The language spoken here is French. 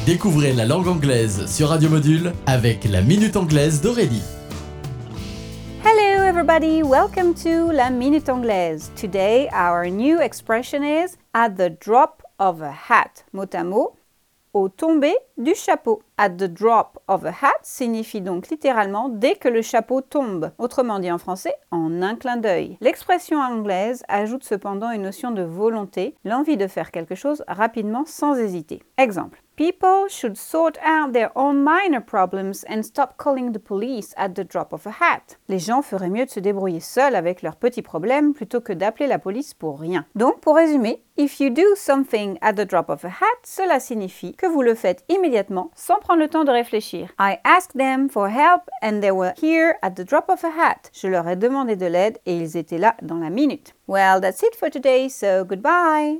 Découvrez la langue anglaise sur Radio Module avec la Minute Anglaise d'Aurélie. Hello everybody, welcome to La Minute Anglaise. Today our new expression is at the drop of a hat. Mot à mot, au tomber du chapeau. At the drop of a hat signifie donc littéralement dès que le chapeau tombe. Autrement dit en français, en un clin d'œil. L'expression anglaise ajoute cependant une notion de volonté, l'envie de faire quelque chose rapidement sans hésiter. Exemple. People should sort out their own minor problems and stop calling the police at the drop of a hat. Les gens feraient mieux de se débrouiller seuls avec leurs petits problèmes plutôt que d'appeler la police pour rien. Donc, pour résumer, if you do something at the drop of a hat, cela signifie que vous le faites immédiatement sans prendre le temps de réfléchir. I asked them for help and they were here at the drop of a hat. Je leur ai demandé de l'aide et ils étaient là dans la minute. Well, that's it for today, so goodbye!